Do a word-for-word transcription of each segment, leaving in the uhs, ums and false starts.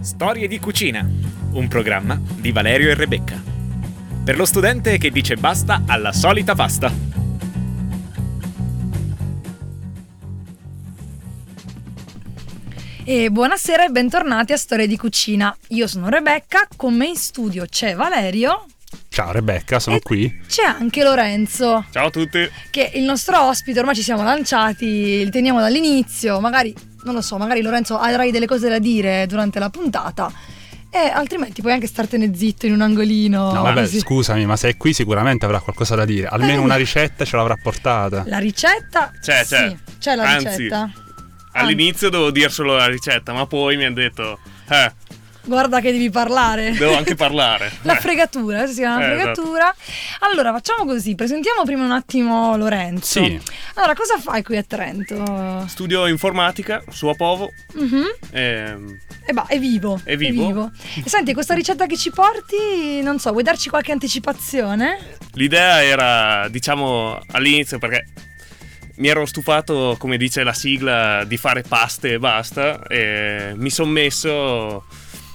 Storie di cucina, un programma di Valerio e Rebecca. Per lo studente che dice basta alla solita pasta. E buonasera e bentornati a Storie di cucina. Io sono Rebecca, con me in studio c'è Valerio. Ciao Rebecca, sono e qui. C'è anche Lorenzo. Ciao a tutti. Che è il nostro ospite, ormai ci siamo lanciati, li teniamo dall'inizio. Magari, non lo so, magari Lorenzo avrai delle cose da dire durante la puntata. E altrimenti puoi anche startene zitto in un angolino. No vabbè, così. Scusami, ma se è qui sicuramente avrà qualcosa da dire. Almeno Eh. una ricetta ce l'avrà portata. La ricetta? C'è, sì, c'è. c'è la Anzi, ricetta. All'inizio dovevo dire solo la ricetta, ma poi mi hanno detto eh, Guarda che devi parlare. devo anche parlare. La Eh. fregatura, adesso si chiama Eh, fregatura. Allora facciamo così, presentiamo prima un attimo Lorenzo. Sì. Allora, cosa fai qui a Trento? Studio informatica su Apovo. Mhm. ehm, E bah, è vivo. È vivo. E senti, questa ricetta che ci porti, non so, vuoi darci qualche anticipazione? L'idea era, diciamo, all'inizio perché mi ero stufato, come dice la sigla, di fare paste e basta, e mi sono messo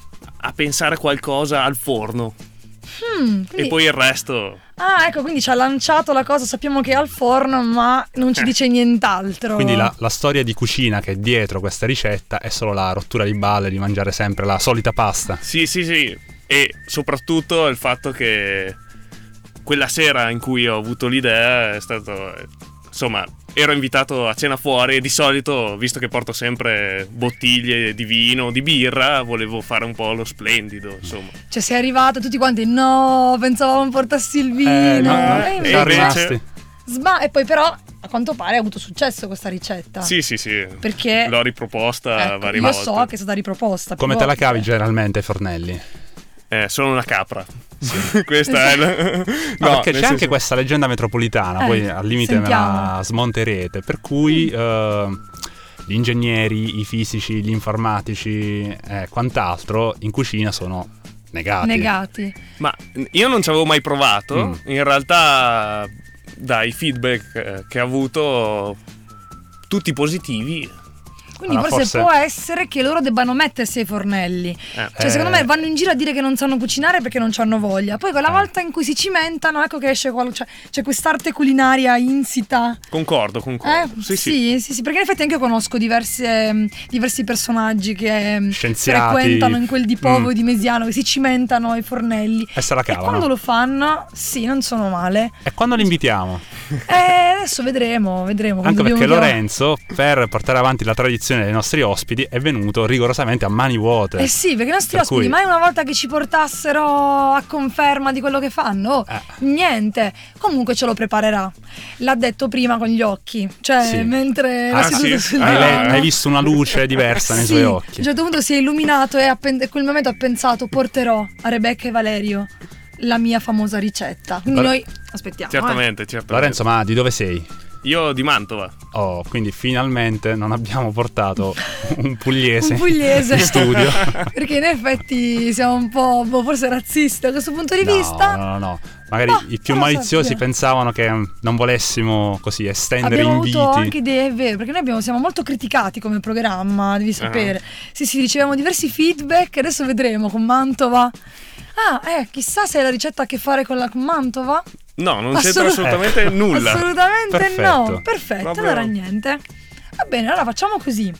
a pensare qualcosa al forno Hmm, e quindi- poi il resto. Ah, ecco, quindi ci ha lanciato la cosa, sappiamo che è al forno, ma non ci Eh. dice nient'altro. Quindi la, la storia di cucina che è dietro questa ricetta è solo la rottura di balle di mangiare sempre la solita pasta. Sì, sì, sì. E soprattutto il fatto che quella sera in cui ho avuto l'idea è stato, insomma, ero invitato a cena fuori e di solito, visto che porto sempre bottiglie di vino, di birra, volevo fare un po' lo splendido, insomma. Cioè sei arrivato tutti quanti, no, pensavamo portassi il vino. Eh, no, no, E e invece- siamo invece- rimasti. Sba- e poi però, a quanto pare, ha avuto successo questa ricetta. Sì, sì, sì. Perché L'ho riproposta ecco, varie io volte. so che è stata riproposta. più Come te la volte. cavi generalmente ai fornelli? Eh, sono una capra. Questa è la... No, No, perché nel c'è anche senso- questa leggenda metropolitana, Eh, poi al limite me la sentiamo. smonterete, per cui eh, gli ingegneri, i fisici, gli informatici e quant'altro in cucina sono negati. Negati. Ma io non ci avevo mai provato. Mm. In realtà, dai feedback eh, che ho avuto, tutti positivi. Quindi Allora, forse, forse- può essere che loro debbano mettersi ai fornelli. Eh. Cioè, Eh. secondo me vanno in giro a dire che non sanno cucinare perché non hanno voglia. Poi quella Eh. volta in cui si cimentano, ecco che esce qual- cioè, c'è quest'arte culinaria insita. Concordo, concordo. Eh, sì, sì. sì, sì, sì, perché in effetti anche io conosco diverse, mm, diversi personaggi che mm, Scienziati. frequentano in quel di Povo Mm. e di Mesiano, che si cimentano ai fornelli. E se la E cavano. quando lo fanno, sì, non sono male. E quando li invitiamo? Eh, adesso vedremo, vedremo. Anche quando perché dobbiamo- Lorenzo, per portare avanti la tradizione dei nostri ospiti, è venuto rigorosamente a mani vuote. Eh sì, perché i nostri Per ospiti cui- mai una volta che ci portassero a conferma di quello che fanno? Oh, Eh. niente. Comunque ce lo preparerà. L'ha detto prima con gli occhi. Cioè, Sì. mentre Ah, era seduto sì? sul Hai, Ah, le- divano. hai visto una luce diversa nei Sì, suoi A occhi. un certo punto si è illuminato e a pen- in quel momento ha pensato: porterò a Rebecca e Valerio la mia famosa ricetta. Quindi Lore- noi aspettiamo. eh. Certamente, certamente. Lorenzo, ma di dove sei? Io di Mantova. Oh, quindi finalmente non abbiamo portato un pugliese, Un pugliese. in studio. Perché in effetti siamo un po' boh, forse razzisti da questo punto di No, vista. no, no, no. Magari Ma, i più non lo maliziosi sappiamo. pensavano che mm, non volessimo così estendere Abbiamo inviti. avuto anche idee, è vero, perché noi abbiamo, siamo molto criticati come programma, devi sapere. Sì, sì, riceviamo diversi feedback, adesso vedremo con Mantova. Ah, eh, chissà se la ricetta ha a che fare con la con Mantova. No, non Assolut- c'entra assolutamente Eh. nulla. Assolutamente Perfetto. no. Perfetto, Proprio- allora niente. Va bene, allora facciamo così.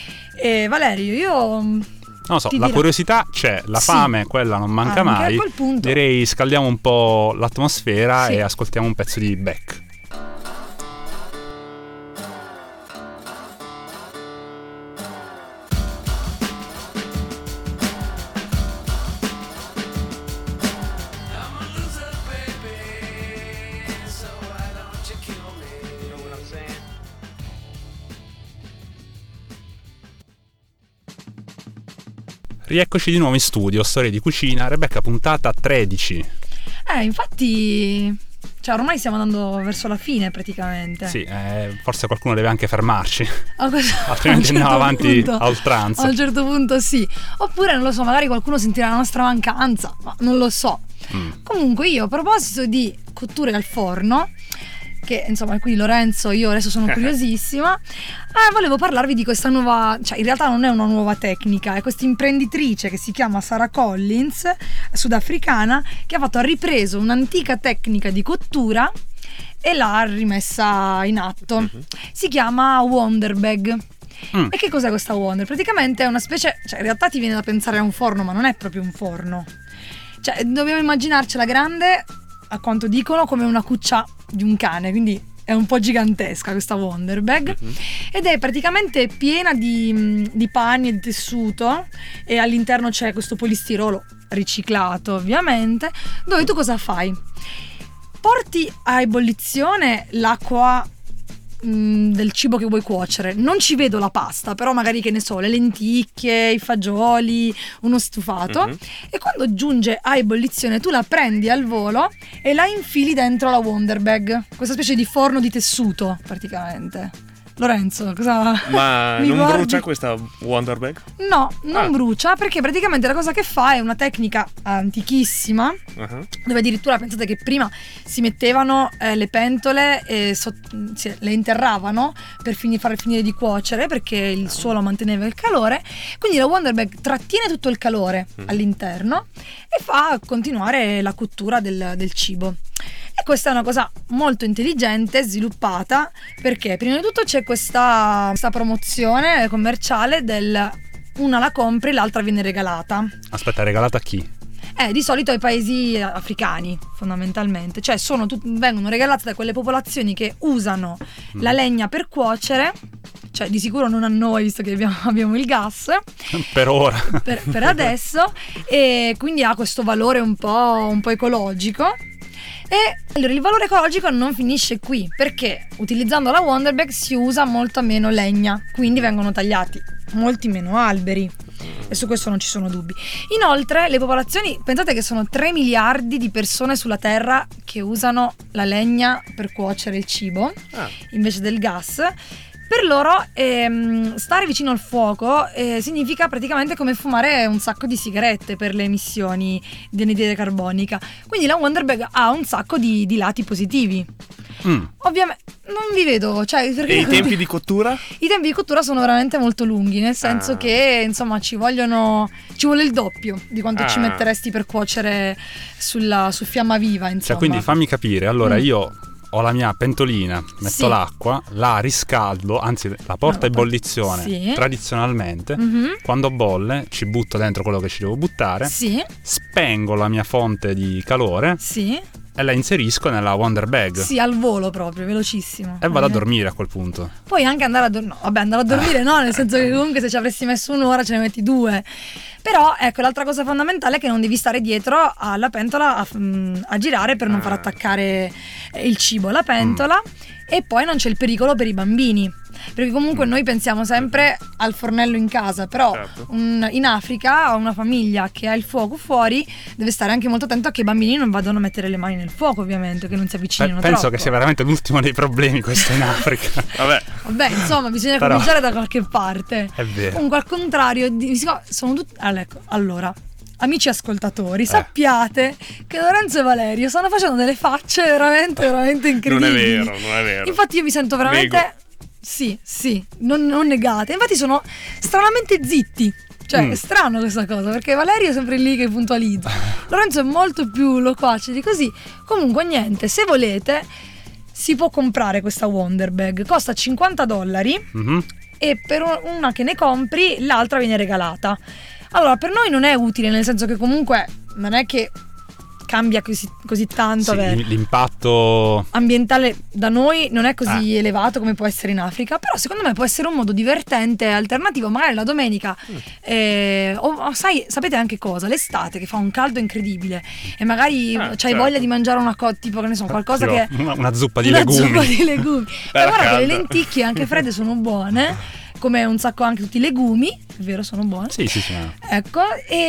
Eh, Valerio, io Non lo so, ti la dirò- curiosità c'è, la Sì. fame, quella non manca Anche mai. a quel punto. Direi scaldiamo un po' l'atmosfera Sì. e ascoltiamo un pezzo di Beck. Rieccoci di nuovo in studio, Storie di cucina, Rebecca, puntata tredici. Eh, infatti, cioè ormai stiamo andando verso la fine praticamente. Sì, eh, forse qualcuno deve anche fermarci, A questo- altrimenti a un certo andiamo avanti punto- a oltranza. A un certo punto sì. Oppure non lo so, magari qualcuno sentirà la nostra mancanza, ma non lo so. Mm. Comunque io a proposito di cotture al forno, che insomma qui Lorenzo, io adesso sono curiosissima, eh, volevo parlarvi di questa nuova, cioè in realtà non è una nuova tecnica, è questa imprenditrice che si chiama Sarah Collins, sudafricana, che ha fatto, ha ripreso un'antica tecnica di cottura e l'ha rimessa in atto. Mm-hmm. Si chiama Wonder Bag. Mm. E che cos'è questa Wonder? Praticamente è una specie, cioè in realtà ti viene da pensare a un forno, ma non è proprio un forno. Cioè dobbiamo immaginarcela grande, a quanto dicono, come una cuccia di un cane, quindi è un po' gigantesca questa Wonder Bag. Mm-hmm. Ed è praticamente piena di, di panni e di tessuto, e all'interno c'è questo polistirolo riciclato ovviamente, dove tu cosa fai? Porti a ebollizione l'acqua del cibo che vuoi cuocere. Non ci vedo la pasta, però magari, che ne so, le lenticchie, i fagioli, uno stufato, mm-hmm. e quando giunge a ebollizione tu la prendi al volo e la infili dentro la Wonder Bag, questa specie di forno di tessuto praticamente. Lorenzo, cosa Ma mi non guardi? brucia questa Wonder Bag? No, non ah. brucia, perché praticamente la cosa che fa è una tecnica antichissima, uh-huh. dove addirittura pensate che prima si mettevano eh, le pentole e so- sì, le interravano per fin- far finire di cuocere, perché il suolo manteneva il calore, quindi la Wonder Bag trattiene tutto il calore uh-huh. all'interno e fa continuare la cottura del, del cibo. E questa è una cosa molto intelligente, sviluppata, perché prima di tutto c'è questa, questa promozione commerciale del una la compri, l'altra viene regalata. Aspetta, regalata a chi? Eh, di solito ai paesi africani, fondamentalmente. Cioè sono tut- vengono regalate da quelle popolazioni che usano mm. la legna per cuocere, cioè di sicuro non a noi, visto che abbiamo, abbiamo il gas per ora, per, per adesso, e quindi ha questo valore un po', un po' ecologico. E allora il valore ecologico non finisce qui, perché utilizzando la Wonder Bag si usa molta meno legna, quindi vengono tagliati molti meno alberi, e su questo non ci sono dubbi. Inoltre le popolazioni, pensate che sono tre miliardi di persone sulla Terra che usano la legna per cuocere il cibo ah. invece del gas. Per loro ehm, stare vicino al fuoco eh, significa praticamente come fumare un sacco di sigarette per le emissioni di anidride carbonica. Quindi la Wonder Bag ha un sacco di, di lati positivi. Mm. Ovviamente non vi vedo, cioè, perché e i tempi di cottura? I tempi di cottura sono veramente molto lunghi, nel senso ah. che insomma ci vogliono ci vuole il doppio di quanto ah. ci metteresti per cuocere sulla, su fiamma viva, insomma. Cioè, quindi fammi capire, allora mm. io ho la mia pentolina, metto sì. l'acqua, la riscaldo, anzi la porto a ebollizione sì. tradizionalmente, mm-hmm. quando bolle ci butto dentro quello che ci devo buttare, sì. spengo la mia fonte di calore sì. e la inserisco nella Wonder Bag. Sì, al volo proprio, velocissimo. E vado eh. a dormire a quel punto. Puoi anche andare a dormire, no, vabbè, andare a dormire no, nel senso che comunque se ci avresti messo un'ora ce ne metti due. Però ecco, l'altra cosa fondamentale è che non devi stare dietro alla pentola a, a girare per non far attaccare il cibo alla pentola, mm. e poi non c'è il pericolo per i bambini. Perché comunque noi pensiamo sempre al fornello in casa, però certo. un, in Africa una famiglia che ha il fuoco fuori deve stare anche molto attento a che i bambini non vadano a mettere le mani nel fuoco, ovviamente, che non si avvicinino Penso troppo. che sia veramente l'ultimo dei problemi questo in Africa. Vabbè. Vabbè, insomma, bisogna però cominciare da qualche parte. È vero. Comunque al contrario, sono tutti allora, ecco, allora amici ascoltatori, eh. sappiate che Lorenzo e Valerio stanno facendo delle facce veramente, veramente incredibili. Non è vero, non è vero. Infatti io mi sento veramente... Nego. Sì, sì, non, non negate. Infatti sono stranamente zitti. Cioè, mm. è strano questa cosa, perché Valerio è sempre lì che puntualizza. Lorenzo è molto più loquace di così. Comunque niente, se volete si può comprare questa Wonder Bag. Costa cinquanta dollari mm-hmm. e per una che ne compri l'altra viene regalata. Allora, per noi non è utile, nel senso che comunque non è che cambia così, così tanto. Sì, beh, l'impatto ambientale da noi non è così ah. elevato come può essere in Africa, però secondo me può essere un modo divertente, alternativo, magari la domenica mm. eh, o, o sai, sapete anche cosa? L'estate che fa un caldo incredibile e magari ah, c'hai certo. voglia di mangiare una cosa tipo, che ne so, qualcosa no, che una, una zuppa di una legumi zuppa di legumi ma guarda che le lenticchie anche fredde sono buone, come un sacco anche tutti i legumi, è vero, sono buoni. Sì, sì, sì. Ecco,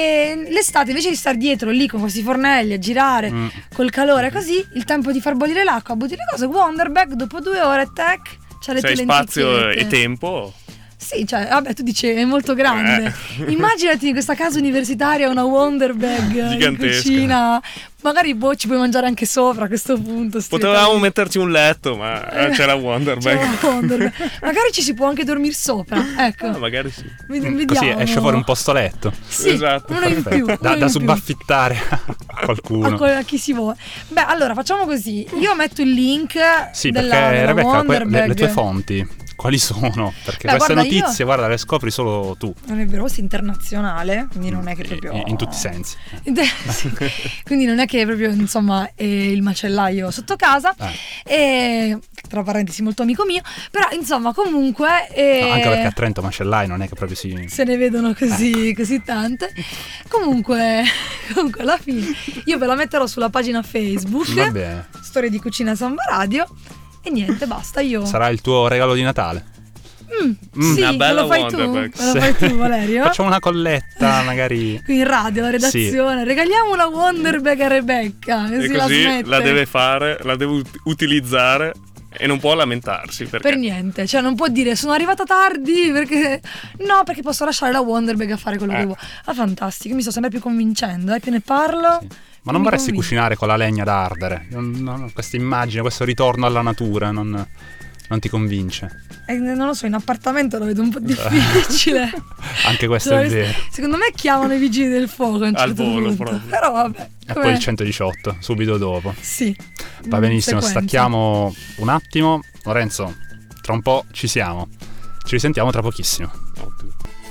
e l'estate invece di star dietro lì con questi fornelli a girare mm. col calore così, il tempo di far bollire l'acqua, butti le cose, Wonder Bag dopo due ore, tac, c'ha le tue lenticchiette. C'hai spazio e tempo. Sì, sì, cioè, vabbè, tu dici è molto grande. Eh. Immaginati in questa casa universitaria una Wonder Bag in cucina. Magari boh, ci puoi mangiare anche sopra a questo punto. Potevamo metterci un letto, ma eh, c'è la Wonder Bag. C'è la Wonder Bag. Magari ci si può anche dormire sopra. Ecco. Ah, magari sì. Vediamo. Così esce fuori un posto letto. Sì, esatto. uno in più. Uno Da, in da più. subaffittare a qualcuno. A, a chi si vuole. Beh, allora facciamo così. Io metto il link. Sì, della, perché della Rebecca, Wonder que- Bag. le, le tue fonti quali sono? Perché Beh, queste guarda, notizie, io... guarda, le scopri solo tu. Non è vero, questo è internazionale, quindi non è che proprio... In, in tutti i sensi. Sì. Quindi non è che proprio, insomma, è il macellaio sotto casa. Eh. E, tra parentesi, molto amico mio. Però, insomma, comunque... E... No, anche perché a Trento macellai non è che proprio si... Se ne vedono così, ecco. così tante. Comunque, comunque, alla fine, io ve la metterò sulla pagina Facebook. Va bene. Storie di Cucina Samba Radio. E niente, basta, io... Sarà il tuo regalo di Natale? Mm, mm. Sì, una bella me lo fai tu? Wonder Me lo fai tu, Valerio? Facciamo una colletta, magari. Qui in radio, la redazione. Sì. Regaliamo una Wonder Bag a Rebecca. Così, e così la, la deve fare, la deve ut- utilizzare e non può lamentarsi. Perché? Per niente, cioè non può dire sono arrivata tardi perché... No, perché posso lasciare la Wonder Bag a fare quello eh. che vuoi. Ah, fantastico, mi sto sempre più convincendo, eh, te ne parlo. Sì. Ma non vorresti convinto. Cucinare con la legna da ardere? Non, non, questa immagine, questo ritorno alla natura non, non ti convince? Eh, non lo so, in appartamento lo vedo un po' difficile. Anche questo cioè, è vero. Secondo me chiamano i vigili del fuoco a un certo al volo punto. proprio. Però vabbè. E poi il centodiciotto, subito dopo. Sì. Va benissimo, sequenza. Stacchiamo un attimo. Lorenzo, tra un po' ci siamo. Ci risentiamo tra pochissimo. Ottimo.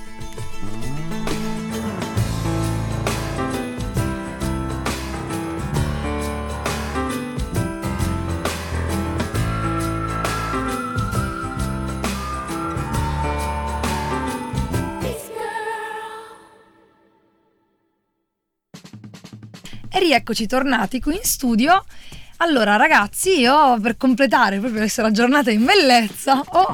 E rieccoci tornati qui in studio. Allora ragazzi, io per completare proprio questa giornata in bellezza ho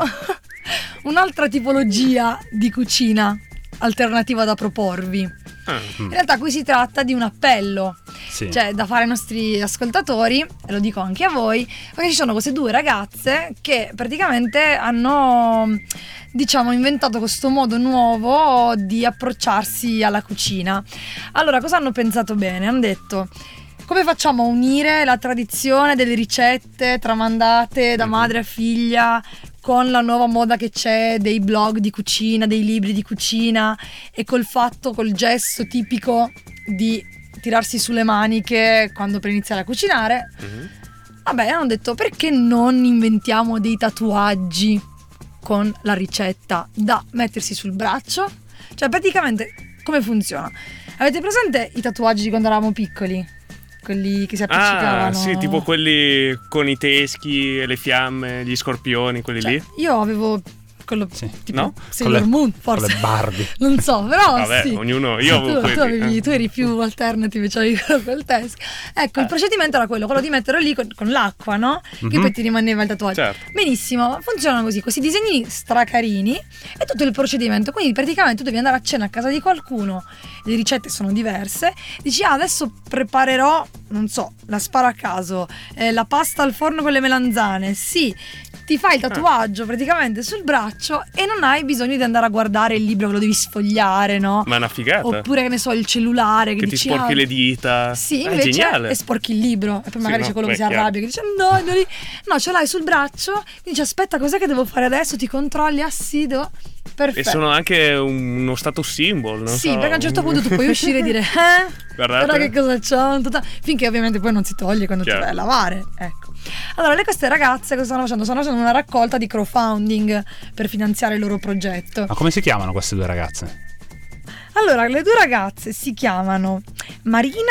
un'altra tipologia di cucina alternativa da proporvi. In realtà qui si tratta di un appello, sì. Cioè da fare ai nostri ascoltatori, e lo dico anche a voi, perché ci sono queste due ragazze che praticamente hanno, diciamo, inventato questo modo nuovo di approcciarsi alla cucina. Allora, cosa hanno pensato bene? Hanno detto: come facciamo a unire la tradizione delle ricette tramandate da madre a figlia con la nuova moda che c'è dei blog di cucina, dei libri di cucina, e col fatto, col gesto tipico di tirarsi sulle maniche quando per iniziare a cucinare? Mm-hmm. Vabbè, hanno detto: perché non inventiamo dei tatuaggi con la ricetta da mettersi sul braccio? Cioè, praticamente, come funziona? Avete presente i tatuaggi di quando eravamo piccoli? Quelli che si appiccicavano. Ah, sì, tipo quelli con i teschi e le fiamme, gli scorpioni, quelli cioè, lì. Io avevo quello, sì. tipo, no? Sailor Moon, forse. Con le Barbie. Non so, però vabbè, sì. ognuno, io avevo tu, quelli. Tu, avevi, tu eri più alternative, c'avevi quello col tesch. Ecco, eh. il procedimento era quello, quello di metterlo lì con, con l'acqua, no? Mm-hmm. Che poi ti rimaneva il tatuaggio. Certo. Benissimo, funzionano così, questi disegnini stracarini e tutto il procedimento. Quindi praticamente tu devi andare a cena a casa di qualcuno, le ricette sono diverse, dici: ah, adesso preparerò, non so, la sparo a caso, eh, la pasta al forno con le melanzane. Sì, ti fai il tatuaggio ah. praticamente sul braccio e non hai bisogno di andare a guardare il libro che lo devi sfogliare, no? Ma è una figata. Oppure, che ne so, il cellulare che, che dici, ti sporchi ah, le dita. sì, ah, invece è geniale. E sporchi il libro e poi magari sì, c'è quello no, che si beh, arrabbia, che dice no, non li... no, ce l'hai sul braccio, quindi dici: aspetta, cos'è che devo fare adesso? Ti controlli, ah sì, devo... Perfetto. E sono anche uno status symbol, non sì, so. perché a un certo punto tu puoi uscire e dire eh, guardate, guarda che cosa c'ho, tutta... finché ovviamente poi non si toglie quando Chiaro. ti vai a lavare, ecco. Allora, le queste ragazze cosa stanno facendo? Stanno facendo una raccolta di crowdfunding per finanziare il loro progetto. Ma come si chiamano queste due ragazze? Allora, le due ragazze si chiamano Marina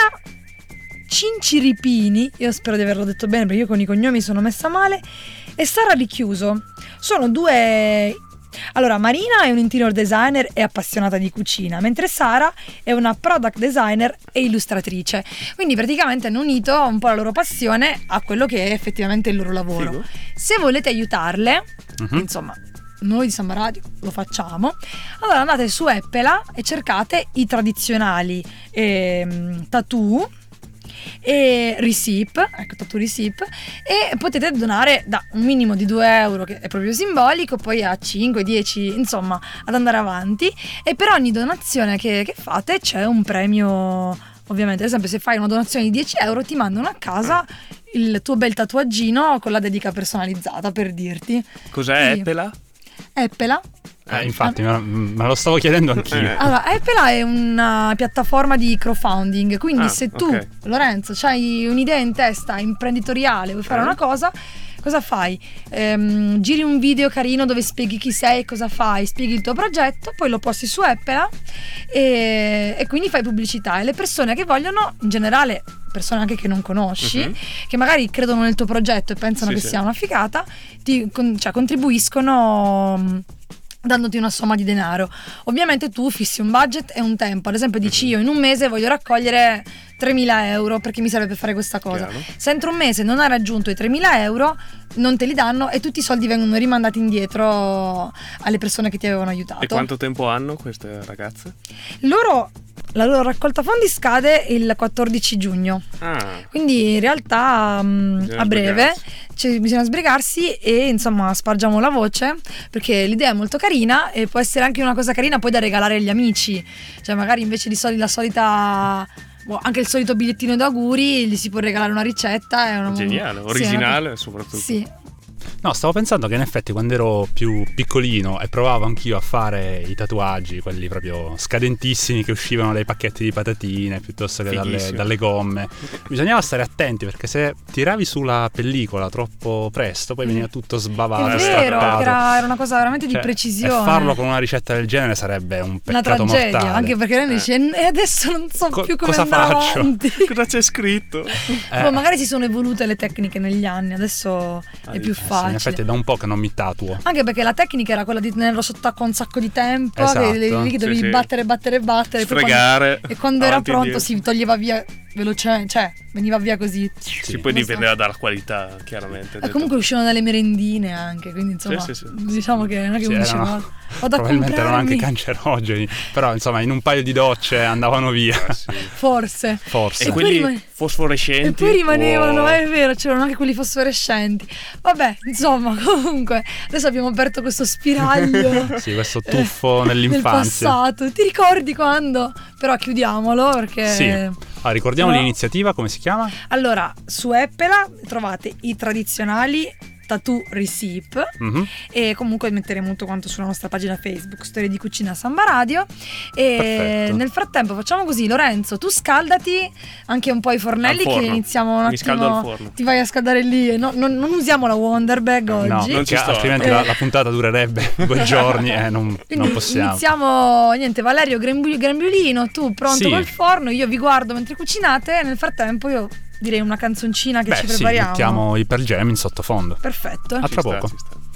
Cinciripini, io spero di averlo detto bene perché io con i cognomi sono messa male, e Sara Richiuso. Sono due... Allora, Marina è un interior designer e appassionata di cucina, mentre Sara è una product designer e illustratrice. Quindi praticamente hanno unito un po' la loro passione a quello che è effettivamente il loro lavoro. Figo. Se volete aiutarle, uh-huh. insomma, noi di Samba Radio lo facciamo, allora andate su Eppela e cercate i tradizionali eh, tattoo e Recip, ecco Tattoo Recip, e potete donare da un minimo di due euro, che è proprio simbolico, poi a cinque, dieci, insomma, ad andare avanti, e per ogni donazione che, che fate c'è un premio. Ovviamente, ad esempio, se fai una donazione di dieci euro ti mandano a casa il tuo bel tatuaggino con la dedica personalizzata, per dirti. Cos'è Quindi, Epela? Epela. Eh, infatti, me, me lo stavo chiedendo anch'io. Allora, Epela è una piattaforma di crowdfunding, quindi ah, se tu, okay. Lorenzo, hai un'idea in testa imprenditoriale, vuoi fare eh. una cosa, cosa fai? Ehm, giri un video carino dove spieghi chi sei, cosa fai, spieghi il tuo progetto, poi lo posti su Epela e, e quindi fai pubblicità, e le persone che vogliono, in generale persone anche che non conosci, uh-huh. che magari credono nel tuo progetto e pensano sì, che sì. sia una figata, ti con, cioè, contribuiscono dandoti una somma di denaro. Ovviamente tu fissi un budget e un tempo, ad esempio dici io in un mese voglio raccogliere tremila euro perché mi serve per fare questa cosa. Chiaro. Se entro un mese non hai raggiunto i tremila euro non te li danno e tutti i soldi vengono rimandati indietro alle persone che ti avevano aiutato. E quanto tempo hanno queste ragazze? Loro, la loro raccolta fondi scade il quattordici giugno, ah. quindi in realtà mh, a breve cioè, bisogna sbrigarsi e insomma spargiamo la voce, perché l'idea è molto carina e può essere anche una cosa carina poi da regalare agli amici, cioè magari invece di soli, la solita boh, anche il solito bigliettino d'auguri gli si può regalare una ricetta. È una, geniale, originale, sì, soprattutto. Sì. No, stavo pensando che in effetti quando ero più piccolino e provavo anch'io a fare i tatuaggi, quelli proprio scadentissimi che uscivano dai pacchetti di patatine piuttosto che dalle, dalle gomme, bisognava stare attenti perché se tiravi sulla pellicola troppo presto poi veniva tutto sbavato. È vero, era, era una cosa veramente cioè, di precisione. E farlo con una ricetta del genere sarebbe un peccato una tragedia, mortale. anche perché lei dice e adesso non so Co- più come cosa andare faccio? avanti. Cosa c'è scritto? Eh. Boh, magari si sono evolute le tecniche negli anni, adesso ah, è più facile. Sì, in effetti è da un po' che non mi tatuo. Anche perché la tecnica era quella di tenerlo sott'acqua un sacco di tempo, esatto. che lì che dovevi sì, battere, battere, battere. Sfregare. E quando era pronto si toglieva via velocemente, cioè veniva via così. Sì, sì poi dipendeva dalla qualità, chiaramente. E comunque uscivano dalle merendine anche, quindi insomma sì, sì, sì. diciamo che non è che sì, uno diceva erano, vado a probabilmente erano anche cancerogeni, però insomma in un paio di docce andavano via. Ah, sì. Forse. Forse. E, e quelli rimane... fosforescenti. E poi rimanevano, wow. è vero, c'erano anche quelli fosforescenti. Vabbè, insomma, comunque adesso abbiamo aperto questo spiraglio. Sì, questo tuffo eh, nell'infanzia. Nel passato. Ti ricordi quando? Però chiudiamolo perché sì. Ah, ricordiamo no. l'iniziativa, come si chiama? Allora, su Epela trovate i tradizionali Tattoo Recip mm-hmm. e comunque metteremo tutto quanto sulla nostra pagina Facebook Storie di Cucina Samba Radio. E perfetto. Nel frattempo facciamo così, Lorenzo, tu scaldati anche un po' i fornelli che iniziamo un Mi attimo. scaldo al forno. Ti vai a scaldare lì, no, non, non usiamo la Wonderbag oggi. No, non ci sto, altrimenti eh. la, la puntata durerebbe due giorni e eh, non, non possiamo. Iniziamo, niente, Valerio Grembiulino, tu pronto sì. col forno, io vi guardo mentre cucinate e nel frattempo io direi una canzoncina che Beh, ci prepariamo. Sì, mettiamo i Pearl Jam in sottofondo. Perfetto. A tra ci poco. Sta, ci sta.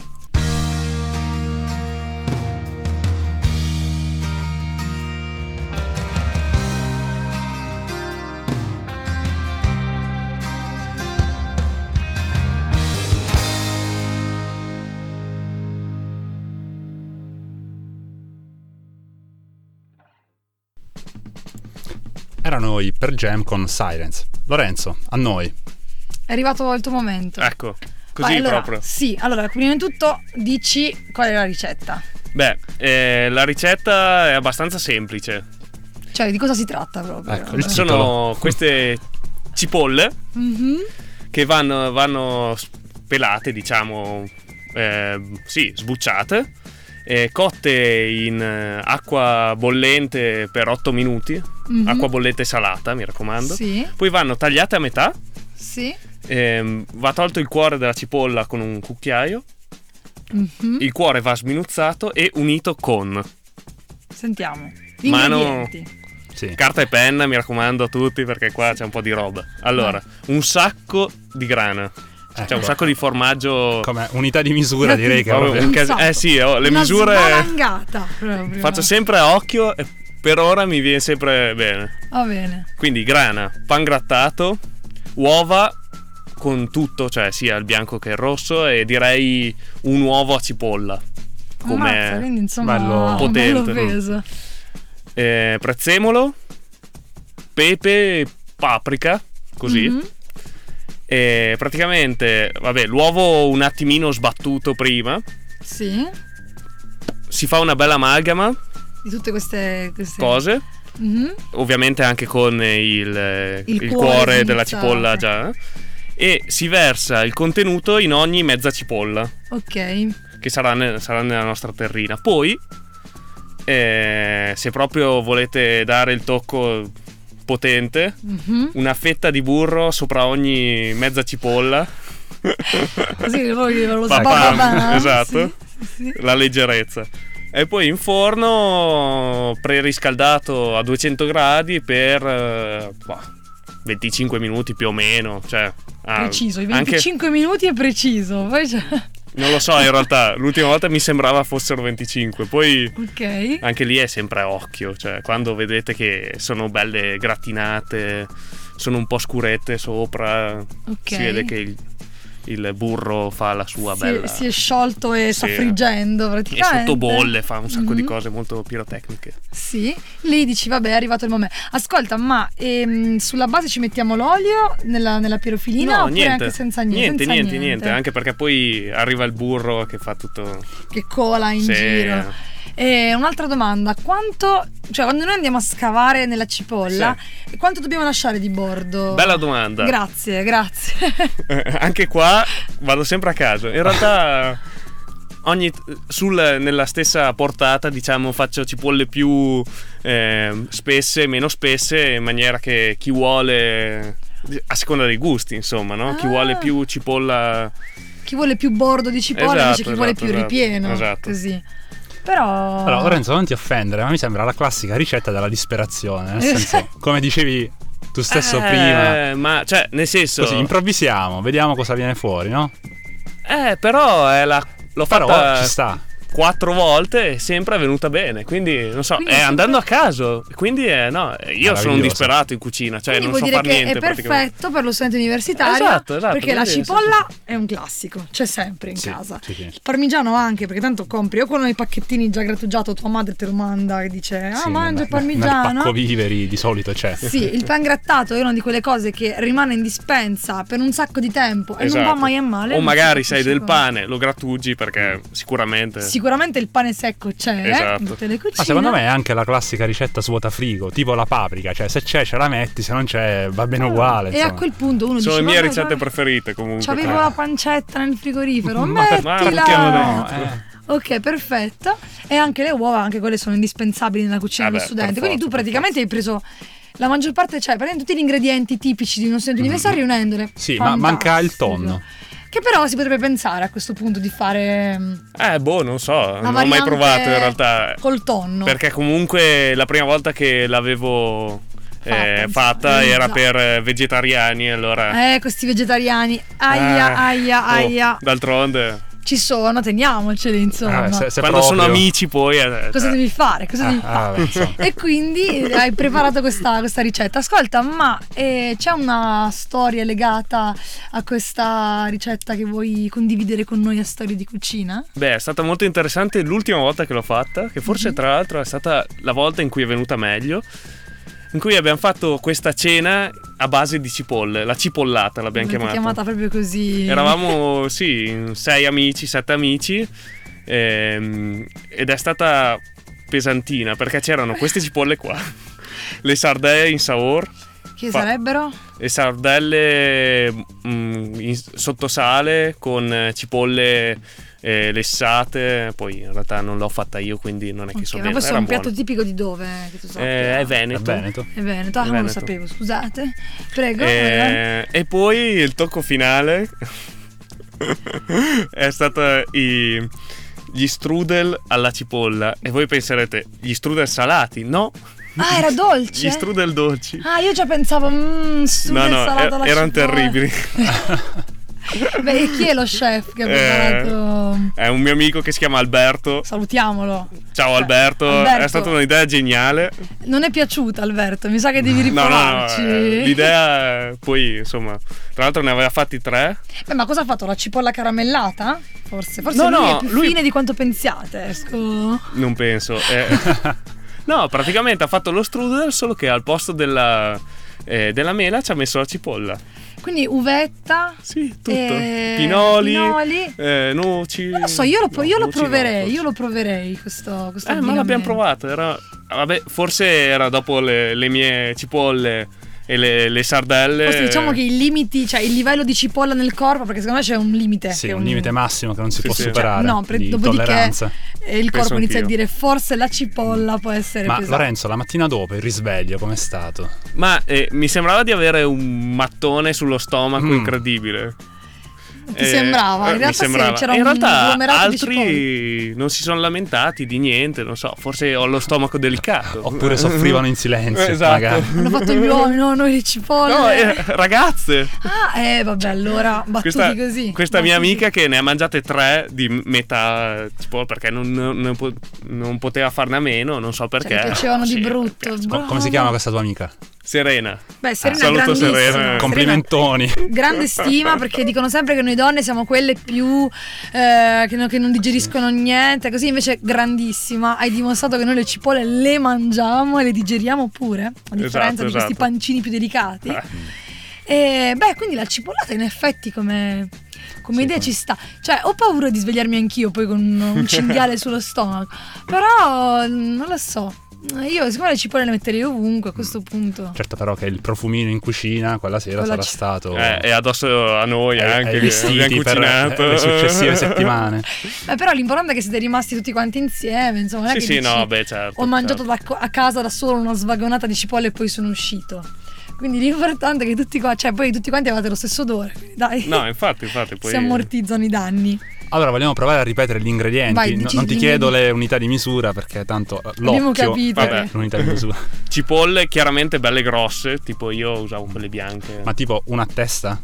Erano i Pearl Jam con Silence. Lorenzo, a noi. È arrivato il tuo momento. Ecco, così Vai, allora, proprio. Sì, allora, prima di tutto dici qual è la ricetta. Beh, eh, la ricetta è abbastanza semplice. Cioè, di cosa si tratta proprio? Ecco, sono queste cipolle mm-hmm. che vanno, vanno pelate, diciamo, eh, sì, sbucciate. Eh, cotte in eh, acqua bollente per otto minuti, mm-hmm. acqua bollente salata, mi raccomando. Sì. Poi vanno tagliate a metà. Sì. Eh, va tolto il cuore della cipolla con un cucchiaio. Mm-hmm. Il cuore va sminuzzato e unito con. Sentiamo. Gli Mano, ingredienti. Sì. Carta e penna, mi raccomando a tutti perché qua c'è un po' di roba. Allora, no. un sacco di grana. C'è ecco. un sacco di formaggio. Come unità di misura direi che proprio un cas- Eh sì, oh, le una misure proprio. Faccio sempre a occhio e per ora mi viene sempre bene. Va bene. Quindi grana, pan grattato, uova con tutto, cioè sia il bianco che il rosso, e direi un uovo a cipolla. Come Ammazza, quindi insomma bello potente. Bello peso. Eh, prezzemolo, pepe, paprika. così. Mm-hmm. E praticamente, vabbè, l'uovo un attimino sbattuto prima. Sì. Si fa una bella amalgama di tutte queste, queste... cose. Mm-hmm. Ovviamente anche con il, il, il cuore, cuore della cipolla già. E si versa il contenuto in ogni mezza cipolla. Ok. Che sarà, ne, sarà nella nostra terrina. Poi, eh, se proprio volete dare il tocco potente, mm-hmm. una fetta di burro sopra ogni mezza cipolla. Così voi lo sapete. Esatto. Sì, sì. La leggerezza. E poi in forno preriscaldato a duecento gradi per eh, venticinque minuti più o meno. Cioè, preciso, i venticinque anche... minuti è preciso. Poi c'è... Non lo so, in realtà l'ultima volta mi sembrava fossero venticinque. Poi okay. anche lì è sempre a occhio. Cioè, quando vedete che sono belle gratinate, sono un po' scurette sopra, okay. si vede che il, il burro fa la sua si, bella. Si è sciolto e sì. sta friggendo praticamente. E sotto bolle fa un sacco mm-hmm. di cose molto pirotecniche. Sì, lì dici vabbè è arrivato il momento. Ascolta, ma ehm, sulla base ci mettiamo l'olio nella, nella pirofilina no, oppure niente. anche senza niente? Niente, senza niente, niente, niente. Anche perché poi arriva il burro che fa tutto. Che cola in sì. giro. E un'altra domanda, quanto, cioè quando noi andiamo a scavare nella cipolla, sì. quanto dobbiamo lasciare di bordo? Bella domanda. Grazie, grazie. Anche qua vado sempre a caso. In realtà ogni sul, nella stessa portata, diciamo, faccio cipolle più eh, spesse, meno spesse, in maniera che chi vuole, a seconda dei gusti, insomma, no? Ah. Chi vuole più cipolla, chi vuole più bordo di cipolla, esatto, invece chi esatto, vuole più esatto, ripieno, esatto. Così. Però... Però Lorenzo, non ti offendere, ma mi sembra la classica ricetta della disperazione. Nel senso, come dicevi tu stesso eh, prima, ma cioè, nel senso, così improvvisiamo, vediamo cosa viene fuori, no? Eh, però è la, l'ho però fatta ci sta. quattro volte e sempre è venuta bene, quindi non so, quindi è sempre... andando a caso, quindi è, no, io sono un disperato in cucina, cioè quindi non vuol so dire far che niente. è perfetto per lo studente universitario, esatto, esatto, perché la quindi, cipolla sì, sì. è un classico, c'è sempre in sì, casa. Sì, sì. Il parmigiano anche, perché tanto compri o con i pacchettini già grattugiato, tua madre te lo manda, che dice ah sì, mangia nel, il parmigiano. Nel pacco viveri di solito c'è. Sì, il pan grattato è una di quelle cose che rimane in dispensa per un sacco di tempo e esatto. non va mai a male. O magari sai del pane, lo grattugi perché sicuramente Sicuramente il pane secco c'è, esatto. eh, in tutte le cucine. Ma secondo me è anche la classica ricetta svuota frigo, tipo la paprika, cioè se c'è ce la metti, se non c'è va bene uguale. E insomma. a quel punto uno sono dice le mie vabbè, ricette vabbè, preferite comunque. c'avevo eh. la pancetta nel frigorifero, Ma per- mettila. no, eh. Ok, perfetto. E anche le uova, anche quelle sono indispensabili nella cucina Eh dello beh, studente. per Quindi forza, tu praticamente hai preso la maggior parte, cioè praticamente tutti gli ingredienti tipici di uno studente universitario riunendoli. Sì, ma manca il tonno. Che però si potrebbe pensare a questo punto di fare Eh boh, non so, non ho mai variante provato in realtà. Col tonno. Perché comunque la prima volta che l'avevo eh, Fatta, fatta insomma. era per vegetariani, allora Eh, questi vegetariani. Aia, eh, aia, oh, aia. d'altronde Ci sono, teniamoceli, insomma. Eh, se, se quando proprio... sono amici poi eh, Cosa cioè, devi fare? Cosa devi Ah, fare? vabbè, insomma. E quindi hai preparato questa, questa ricetta. Ascolta, ma eh, c'è una storia legata a questa ricetta che vuoi condividere con noi a Storie di Cucina? Beh, è stata molto interessante l'ultima volta che l'ho fatta, che forse Mm-hmm. tra l'altro è stata la volta in cui è venuta meglio, in cui abbiamo fatto questa cena a base di cipolle, la cipollata l'abbiamo L'avete chiamata. chiamata proprio così. Eravamo, sì, in sei amici, sette amici, ehm, ed è stata pesantina perché c'erano queste cipolle qua, le sardelle in saor. Che fa- sarebbero? Le sardelle mm, in, sotto sale con eh, cipolle eh, lessate, poi in realtà non l'ho fatta io, quindi non è che Ok, so ma bene. questo è Era un piatto buono. tipico di dove? Che tu sappia? Eh, è È Veneto. Veneto. È Veneto, ah, È non lo Veneto. sapevo, scusate. Prego. Eh, e poi il tocco finale è stato i, gli strudel alla cipolla. E voi penserete, gli strudel salati? No, Ah, era dolce? gli strudel dolci. Ah, io già pensavo, mmm, No, no, salato alla er- erano cipolla. terribili. Beh, e chi è lo chef che ha Eh, preparato? È un mio amico che si chiama Alberto. Salutiamolo. Ciao Cioè, Alberto. Alberto. È stata un'idea geniale. Non è piaciuta, Alberto, mi sa che devi No, no, no, riprovarci. eh, l'idea poi, insomma, tra l'altro ne aveva fatti tre. Beh, ma cosa ha fatto? La cipolla caramellata? Forse, forse No, lui no, è più lui- fine di quanto pensiate. Esco. Non penso. eh. No, praticamente ha fatto lo strudel, solo che al posto della eh, della mela ci ha messo la cipolla. Quindi uvetta, sì, tutto. Eh, pinoli, pinoli. Eh, noci. Non lo so, io lo, no, io lo noci proverei, no, io lo proverei questo, questo Eh, ma l'abbiamo provato, era vabbè, forse era dopo le, le mie cipolle e le, le sardelle. Forse diciamo che i limiti, cioè il livello di cipolla nel corpo, perché secondo me c'è un limite. Sì, un, un limite massimo che non si sì, può sì. superare. No, pre- di dopodiché tolleranza. eh, il corpo Penso inizia anch'io. a dire forse la cipolla può essere Ma pesante. Lorenzo, la mattina dopo il risveglio com'è stato? Ma eh, mi sembrava di avere un mattone sullo stomaco Mm. incredibile. Ti sembrava? In mi realtà sì, sembrava. c'era E in un realtà agglomerato di altri non si sono lamentati di niente, non so, forse ho lo stomaco delicato. Oppure soffrivano in silenzio, Esatto. magari. Hanno fatto gli uomini, no, noi le cipolle. No, eh, ragazze. Ah, eh, vabbè, allora battuti Questa, così. questa mia battuti. amica che ne ha mangiate tre di metà cipolla perché non, non, po- non poteva farne a meno, non so perché. Cioè, mi piacevano Sì, di brutto. Co- bravo. Come si chiama questa tua amica? Serena. Beh, Serena Saluto grandissima. Serena. Serena, Complimentoni. grande stima, perché dicono sempre che noi donne siamo quelle più eh, che, no- che non digeriscono niente, così invece grandissima. Hai dimostrato che noi le cipolle le mangiamo e le digeriamo pure, a differenza Esatto, di questi esatto. pancini più delicati. Eh. E beh, quindi la cipollata in effetti come, come Sì, idea come- ci sta. Cioè, ho paura di svegliarmi anch'io poi con un, un cinghiale sullo stomaco. Però non lo so. Io siccome le cipolle le metterei ovunque a questo punto. Certo, però che il profumino in cucina quella sera Quella sarà ci- stato Eh, e addosso a noi ai- anche ai che vestiti abbiamo per cucinato. le successive settimane. Beh, però l'importante è che siete rimasti tutti quanti insieme. Insomma, non è Sì, che sì, dici, no, beh, certo. ho mangiato certo. da- a casa da solo una svagonata di cipolle e poi sono uscito. Quindi l'importante è che tutti qua, cioè poi tutti quanti avete lo stesso odore. quindi Dai, No, infatti, infatti, poi si ammortizzano i danni. Allora vogliamo provare a ripetere gli ingredienti. Vai, No- dici non ti gli chiedo ingredienti. le unità di misura perché tanto eh, Abbiamo l'occhio capito. Vabbè. è l'unità di misura. cipolle chiaramente belle grosse, tipo io usavo quelle bianche. Ma tipo una testa?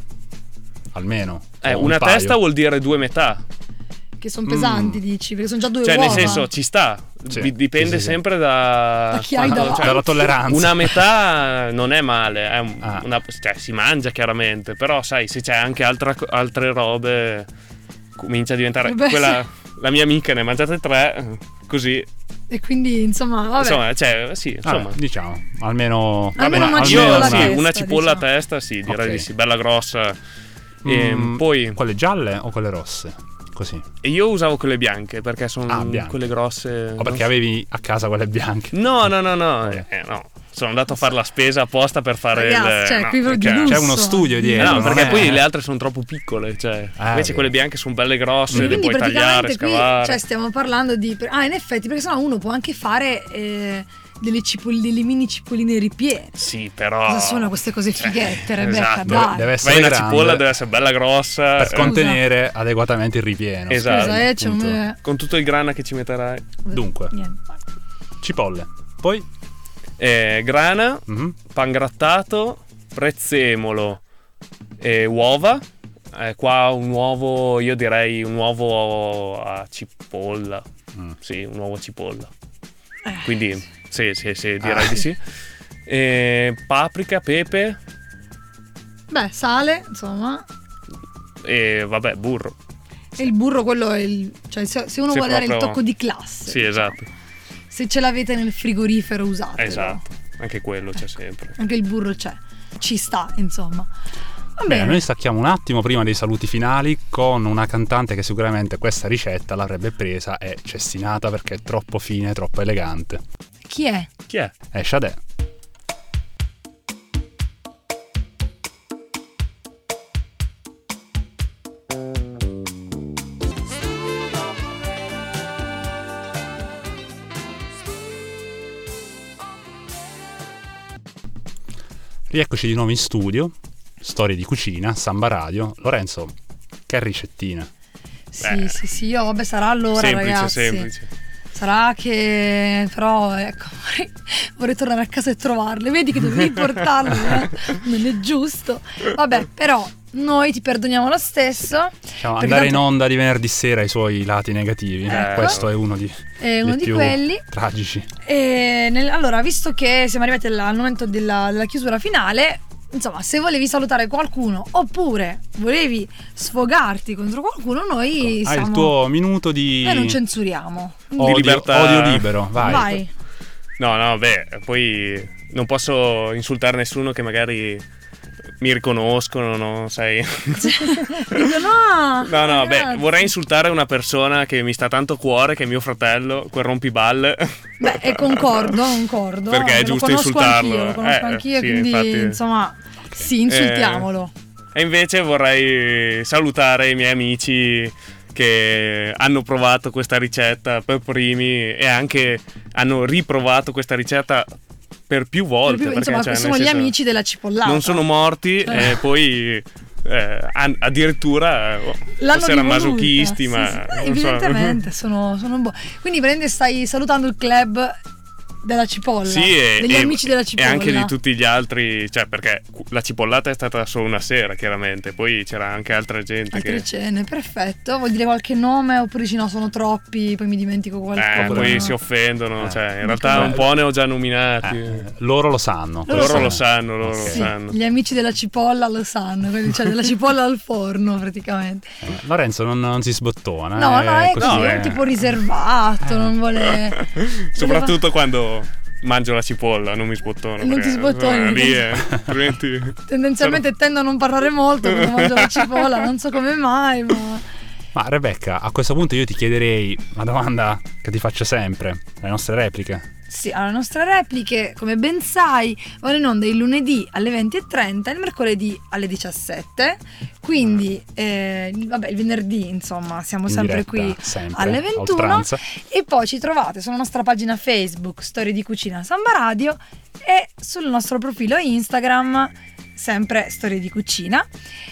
Almeno. eh, O un una paio. testa vuol dire due metà. Che sono pesanti, Mm. dici, perché sono già due Cioè, uova. nel senso, ci sta. Sì, Di- dipende sì, sì, sì. sempre da. Da chi hai quando- davanti. Dalla tolleranza. Una metà non è male, è un- Ah. una- cioè, si mangia chiaramente, però sai, se c'è anche altra- altre robe comincia a diventare Beh, quella sì. la mia amica ne ha mangiate tre, così E quindi, insomma, vabbè. insomma, cioè, sì, Vabbè, insomma. diciamo, almeno Almeno una Io cipolla a sì, testa, una cipolla diciamo. a testa, sì, direi Ok. di sì, bella grossa. E Mm, poi quelle gialle o quelle rosse? Così. e io usavo quelle bianche perché sono Ah, bianche. quelle grosse. O perché avevi a casa quelle bianche? No, no, no, no, Ok. eh, no. Sono andato a fare la spesa apposta per fare Ragazzi, il cioè, no, qui proprio di perché- lusso. C'è uno studio Eh dietro. no, non perché è- poi le altre sono troppo piccole, cioè, Ah, invece vedi. quelle bianche sono belle grosse, le Quindi puoi tagliare, praticamente qui, scavare. cioè, stiamo parlando di. Ah, in effetti, perché sennò uno può anche fare eh, delle, cipol- delle mini cipolline ripiene. Sì, però Cosa sono queste cose fighette, Rebecca? Esatto. Dai. Deve essere Vai, una grande cipolla deve essere bella grossa per eh, contenere adeguatamente il ripieno. Esatto. Scusa, eh, c'è un- appunto. con tutto il grana che ci metterai. Dunque, Niente. cipolle. Poi Eh, grana, mhm, pangrattato, prezzemolo e uova. Eh, qua un uovo, io direi un uovo a cipolla. mm. Sì, un uovo a cipolla. Eh, Quindi sì, sì, sì, direi Ah. di sì. E paprika, pepe Beh, sale, insomma. e vabbè, burro. E il burro, quello è il. Cioè, se, se uno Sì, vuole dare il proprio- tocco di classe. Sì, esatto. Se ce l'avete nel frigorifero, usatelo. Esatto. Anche quello c'è sempre. Anche il burro c'è. Ci sta, insomma. Va Bene, bene. noi stacchiamo un attimo prima dei saluti finali con una cantante che sicuramente questa ricetta l'avrebbe presa e cestinata perché è troppo fine, troppo elegante. Chi è? Chi è? È Sade. Rieccoci di nuovo in studio, storie di cucina, Samba Radio. Lorenzo, che ricettina? Sì, Beh. sì, sì. Io, vabbè, sarà allora, semplice, ragazzi. semplice. Sarà che. Però, ecco, vorrei, vorrei tornare a casa e trovarle. Vedi che dovevi portarle, eh? Non è giusto. Vabbè, però, noi ti perdoniamo lo stesso. Diciamo, Perché andare in tanto- onda di venerdì sera ai suoi lati negativi. Ecco. Questo è uno di, È uno dei di più quelli. tragici. E nel- allora, visto che siamo arrivati alla- al momento della, della chiusura finale, insomma, se volevi salutare qualcuno oppure volevi sfogarti contro qualcuno, noi Hai siamo. il tuo minuto di Noi non censuriamo. Di odio, libertà. odio libero. Vai. Vai. No, no, beh, poi non posso insultare nessuno che magari mi riconoscono, no? Sai? Dico, no, no, no, ragazzi. beh, vorrei insultare una persona che mi sta tanto a cuore, che è mio fratello, quel rompiballe. Beh, e concordo, concordo. Perché è lo giusto conosco insultarlo. Anch'io, lo conosco Eh, anch'io, sì, quindi infatti. insomma, sì, insultiamolo. Eh, e invece vorrei salutare i miei amici che hanno provato questa ricetta per primi e anche hanno riprovato questa ricetta per più volte. Per più, perché, insomma, cioè, sono nel gli senso, amici della cipollata. non sono morti Eh. e poi eh, an- addirittura oh, L'hanno forse erano rivoluta. masochisti, Sì, ma sì. Eh, non so. evidentemente sono, sono buoni. Quindi prende stai salutando il club della cipolla, Sì, e, degli e- amici della e cipolla anche di tutti gli altri, cioè perché la cipollata è stata solo una sera, chiaramente, poi c'era anche altra gente altre che cene. Perfetto, vuoi dire qualche nome oppure dici no, sono troppi, poi mi dimentico qualcosa? eh, poi si offendono, Eh. cioè in realtà un po' ne ho già nominati. Eh, loro lo sanno. Loro loro sanno. lo sanno, loro Ok. lo Sì, sanno. gli amici della cipolla lo sanno, quindi cioè della cipolla al forno praticamente. Eh, Lorenzo non, non si sbottona. No, eh, no, è così così, è è. un tipo riservato, non vuole... Soprattutto quando mangio la cipolla, non mi sbottono. Non perché, ti sbottoni, insomma, lì perché- è, altrimenti Tendenzialmente tendo a non parlare molto quando mangio la cipolla, non so come mai, ma... Ma Rebecca, a questo punto io ti chiederei una domanda che ti faccio sempre, le nostre repliche. Sì, alle nostre repliche, come ben sai, vanno in onda il lunedì alle venti e trenta e il mercoledì alle diciassette. Quindi, eh, il- vabbè, il venerdì, insomma, siamo In sempre diretta, qui sempre, alle a ventuno. oltranza. E poi ci trovate sulla nostra pagina Facebook, Storie di Cucina Samba Radio, e sul nostro profilo Instagram, sempre Storie di Cucina.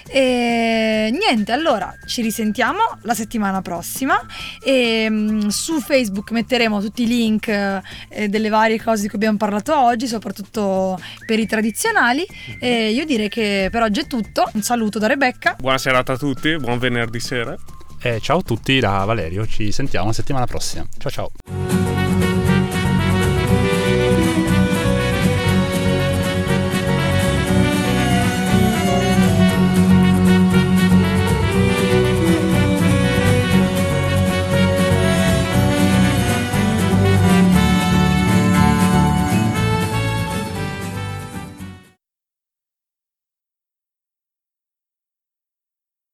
E niente, allora ci risentiamo la settimana prossima e mm, su Facebook metteremo tutti i link eh, delle varie cose di cui abbiamo parlato oggi, soprattutto per i tradizionali. E io direi che per oggi è tutto. Un saluto da Rebecca. buona serata a tutti, buon venerdì sera. E ciao a tutti da Valerio, ci sentiamo la settimana prossima. Ciao ciao.